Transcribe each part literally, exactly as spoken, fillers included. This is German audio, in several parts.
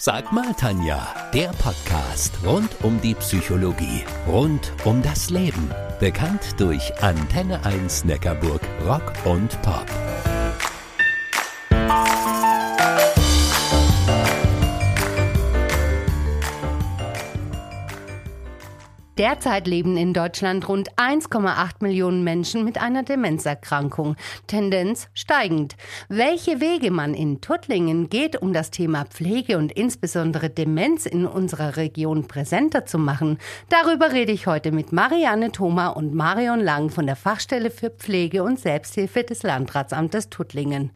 Sag mal, Tanja, der Podcast rund um die Psychologie, rund um das Leben. Bekannt durch Antenne eins Neckarburg Rock und Pop. Derzeit leben in Deutschland rund eins Komma acht Millionen Menschen mit einer Demenzerkrankung. Tendenz steigend. Welche Wege man in Tuttlingen geht, um das Thema Pflege und insbesondere Demenz in unserer Region präsenter zu machen, darüber rede ich heute mit Marianne Thoma und Marion Lang von der Fachstelle für Pflege und Selbsthilfe des Landratsamtes Tuttlingen.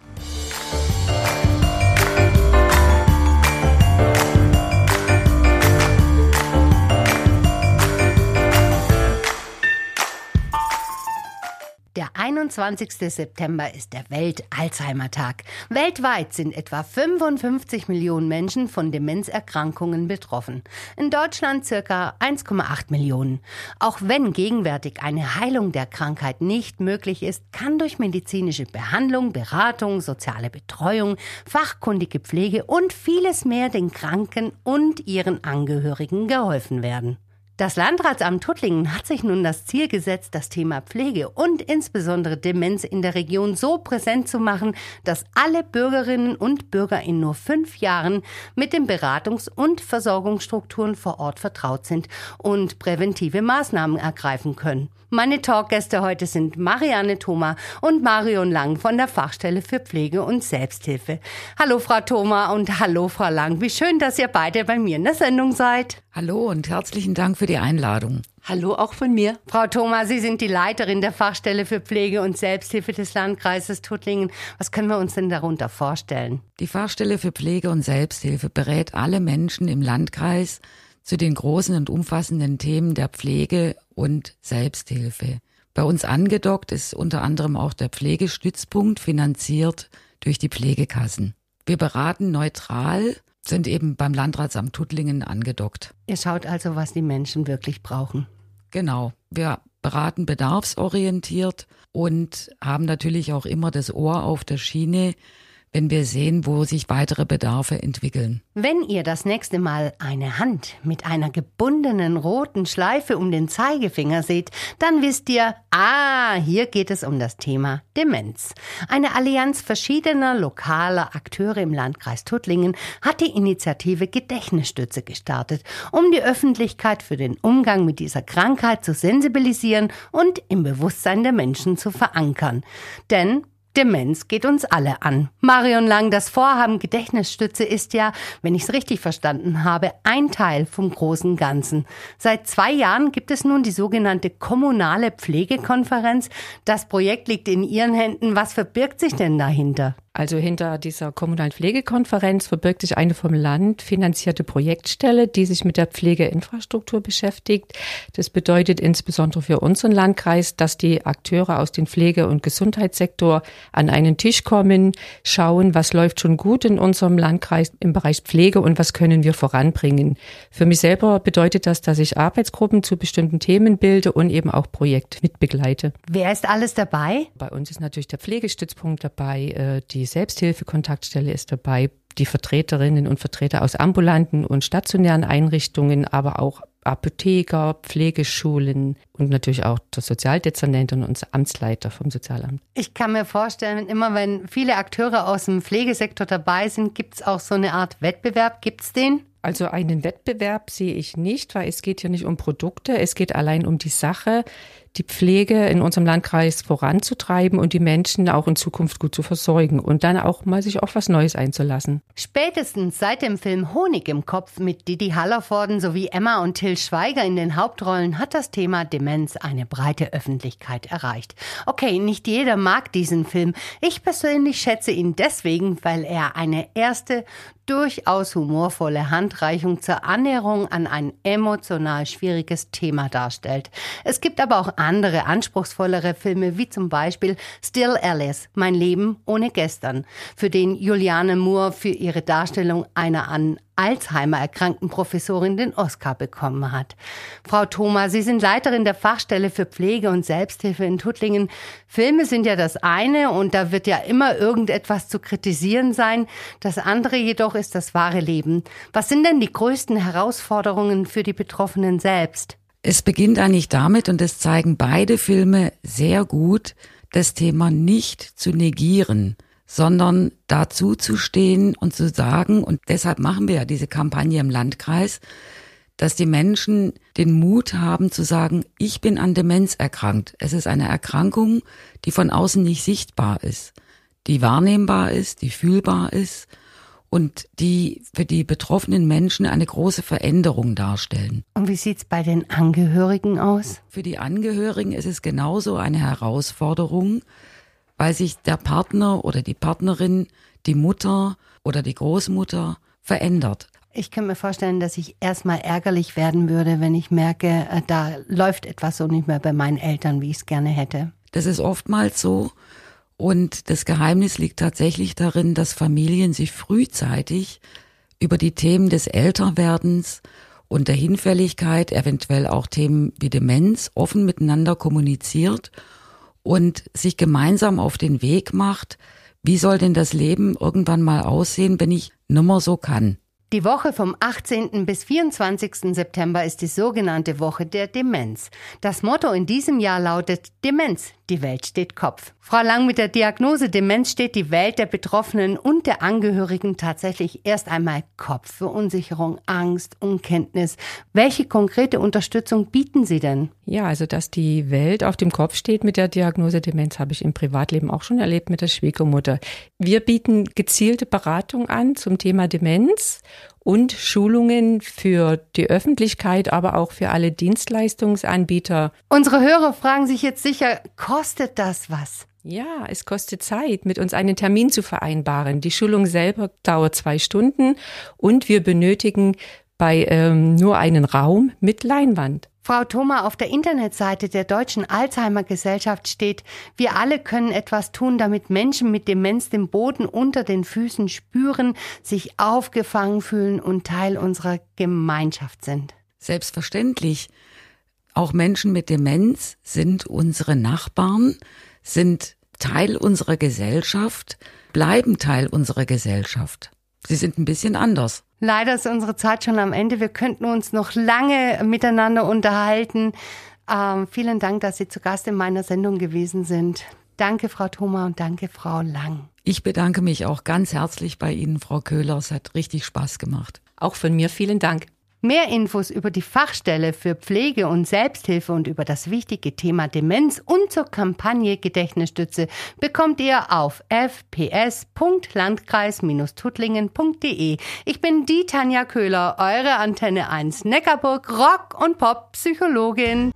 Der einundzwanzigster September ist der Welt-Alzheimer-Tag. Weltweit sind etwa fünfundfünfzig Millionen Menschen von Demenzerkrankungen betroffen. In Deutschland circa eins Komma acht Millionen. Auch wenn gegenwärtig eine Heilung der Krankheit nicht möglich ist, kann durch medizinische Behandlung, Beratung, soziale Betreuung, fachkundige Pflege und vieles mehr den Kranken und ihren Angehörigen geholfen werden. Das Landratsamt Tuttlingen hat sich nun das Ziel gesetzt, das Thema Pflege und insbesondere Demenz in der Region so präsent zu machen, dass alle Bürgerinnen und Bürger in nur fünf Jahren mit den Beratungs- und Versorgungsstrukturen vor Ort vertraut sind und präventive Maßnahmen ergreifen können. Meine Talkgäste heute sind Marianne Thoma und Marion Lang von der Fachstelle für Pflege und Selbsthilfe. Hallo Frau Thoma und hallo Frau Lang. Wie schön, dass ihr beide bei mir in der Sendung seid. Hallo und herzlichen Dank für die Einladung. Hallo auch von mir. Frau Thoma, Sie sind die Leiterin der Fachstelle für Pflege und Selbsthilfe des Landkreises Tuttlingen. Was können wir uns denn darunter vorstellen? Die Fachstelle für Pflege und Selbsthilfe berät alle Menschen im Landkreis zu den großen und umfassenden Themen der Pflege und Selbsthilfe. Bei uns angedockt ist unter anderem auch der Pflegestützpunkt, finanziert durch die Pflegekassen. Wir beraten neutral, sind eben beim Landratsamt Tuttlingen angedockt. Ihr schaut also, was die Menschen wirklich brauchen. Genau, wir beraten bedarfsorientiert und haben natürlich auch immer das Ohr auf der Schiene, wenn wir sehen, wo sich weitere Bedarfe entwickeln. Wenn ihr das nächste Mal eine Hand mit einer gebundenen roten Schleife um den Zeigefinger seht, dann wisst ihr, ah, hier geht es um das Thema Demenz. Eine Allianz verschiedener lokaler Akteure im Landkreis Tuttlingen hat die Initiative Gedächtnisstütze gestartet, um die Öffentlichkeit für den Umgang mit dieser Krankheit zu sensibilisieren und im Bewusstsein der Menschen zu verankern. Denn Demenz geht uns alle an. Marion Lang, das Vorhaben Gedächtnisstütze ist ja, wenn ich es richtig verstanden habe, ein Teil vom großen Ganzen. Seit zwei Jahren gibt es nun die sogenannte kommunale Pflegekonferenz. Das Projekt liegt in Ihren Händen. Was verbirgt sich denn dahinter? Also hinter dieser kommunalen Pflegekonferenz verbirgt sich eine vom Land finanzierte Projektstelle, die sich mit der Pflegeinfrastruktur beschäftigt. Das bedeutet insbesondere für unseren Landkreis, dass die Akteure aus dem Pflege- und Gesundheitssektor an einen Tisch kommen, schauen, was läuft schon gut in unserem Landkreis im Bereich Pflege und was können wir voranbringen. Für mich selber bedeutet das, dass ich Arbeitsgruppen zu bestimmten Themen bilde und eben auch Projekte mitbegleite. Wer ist alles dabei? Bei uns ist natürlich der Pflegestützpunkt dabei, die Selbsthilfe-Kontaktstelle ist dabei, die Vertreterinnen und Vertreter aus ambulanten und stationären Einrichtungen, aber auch Apotheker, Pflegeschulen und natürlich auch der Sozialdezernent und unser Amtsleiter vom Sozialamt. Ich kann mir vorstellen, immer wenn viele Akteure aus dem Pflegesektor dabei sind, gibt es auch so eine Art Wettbewerb. Gibt es den? Also einen Wettbewerb sehe ich nicht, weil es geht hier nicht um Produkte, es geht allein um die Sache, die Pflege in unserem Landkreis voranzutreiben und die Menschen auch in Zukunft gut zu versorgen und dann auch mal sich auf was Neues einzulassen. Spätestens seit dem Film Honig im Kopf mit Didi Hallervorden sowie Emma und Till Schweiger in den Hauptrollen hat das Thema Demenz eine breite Öffentlichkeit erreicht. Okay, nicht jeder mag diesen Film. Ich persönlich schätze ihn deswegen, weil er eine erste, durchaus humorvolle Handreichung zur Annäherung an ein emotional schwieriges Thema darstellt. Es gibt aber auch andere, anspruchsvollere Filme, wie zum Beispiel Still Alice, Mein Leben ohne gestern, für den Juliane Moore für ihre Darstellung einer an Alzheimer erkrankten Professorin den Oscar bekommen hat. Frau Thoma, Sie sind Leiterin der Fachstelle für Pflege und Selbsthilfe in Tuttlingen. Filme sind ja das eine und da wird ja immer irgendetwas zu kritisieren sein. Das andere jedoch ist das wahre Leben. Was sind denn die größten Herausforderungen für die Betroffenen selbst? Es beginnt eigentlich damit, und das zeigen beide Filme sehr gut, das Thema nicht zu negieren, sondern dazu zu stehen und zu sagen, und deshalb machen wir ja diese Kampagne im Landkreis, dass die Menschen den Mut haben zu sagen, ich bin an Demenz erkrankt. Es ist eine Erkrankung, die von außen nicht sichtbar ist, die wahrnehmbar ist, die fühlbar ist und die für die betroffenen Menschen eine große Veränderung darstellen. Und wie sieht's bei den Angehörigen aus? Für die Angehörigen ist es genauso eine Herausforderung, weil sich der Partner oder die Partnerin, die Mutter oder die Großmutter verändert. Ich kann mir vorstellen, dass ich erstmal ärgerlich werden würde, wenn ich merke, da läuft etwas so nicht mehr bei meinen Eltern, wie ich es gerne hätte. Das ist oftmals so. Und das Geheimnis liegt tatsächlich darin, dass Familien sich frühzeitig über die Themen des Älterwerdens und der Hinfälligkeit, eventuell auch Themen wie Demenz, offen miteinander kommuniziert und sich gemeinsam auf den Weg macht, wie soll denn das Leben irgendwann mal aussehen, wenn ich nimmer so kann. Die Woche vom achtzehnten bis vierundzwanzigsten September ist die sogenannte Woche der Demenz. Das Motto in diesem Jahr lautet Demenz, die Welt steht Kopf. Frau Lang, mit der Diagnose Demenz steht die Welt der Betroffenen und der Angehörigen tatsächlich erst einmal Kopf. Verunsicherung, Angst, Unkenntnis. Welche konkrete Unterstützung bieten Sie denn? Ja, also dass die Welt auf dem Kopf steht mit der Diagnose Demenz, habe ich im Privatleben auch schon erlebt mit der Schwiegermutter. Wir bieten gezielte Beratung an zum Thema Demenz und Schulungen für die Öffentlichkeit, aber auch für alle Dienstleistungsanbieter. Unsere Hörer fragen sich jetzt sicher, kostet das was? Ja, es kostet Zeit, mit uns einen Termin zu vereinbaren. Die Schulung selber dauert zwei Stunden und wir benötigen bei ähm, nur einen Raum mit Leinwand. Frau Thoma, auf der Internetseite der Deutschen Alzheimer-Gesellschaft steht, wir alle können etwas tun, damit Menschen mit Demenz den Boden unter den Füßen spüren, sich aufgefangen fühlen und Teil unserer Gemeinschaft sind. Selbstverständlich. Auch Menschen mit Demenz sind unsere Nachbarn, sind Teil unserer Gesellschaft, bleiben Teil unserer Gesellschaft. Sie sind ein bisschen anders. Leider ist unsere Zeit schon am Ende. Wir könnten uns noch lange miteinander unterhalten. Ähm, vielen Dank, dass Sie zu Gast in meiner Sendung gewesen sind. Danke, Frau Thoma, und danke, Frau Lang. Ich bedanke mich auch ganz herzlich bei Ihnen, Frau Köhler. Es hat richtig Spaß gemacht. Auch von mir vielen Dank. Mehr Infos über die Fachstelle für Pflege und Selbsthilfe und über das wichtige Thema Demenz und zur Kampagne Gedächtnisstütze bekommt ihr auf f p s punkt landkreis Bindestrich tuttlingen punkt d e. Ich bin die Tanja Köhler, eure Antenne eins Neckarburg Rock- und Pop-Psychologin.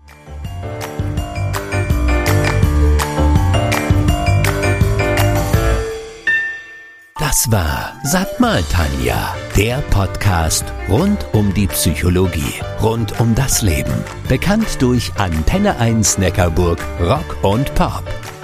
Das war Sag mal, Tanja, der Podcast rund um die Psychologie, rund um das Leben. Bekannt durch Antenne eins Neckarburg Rock und Pop.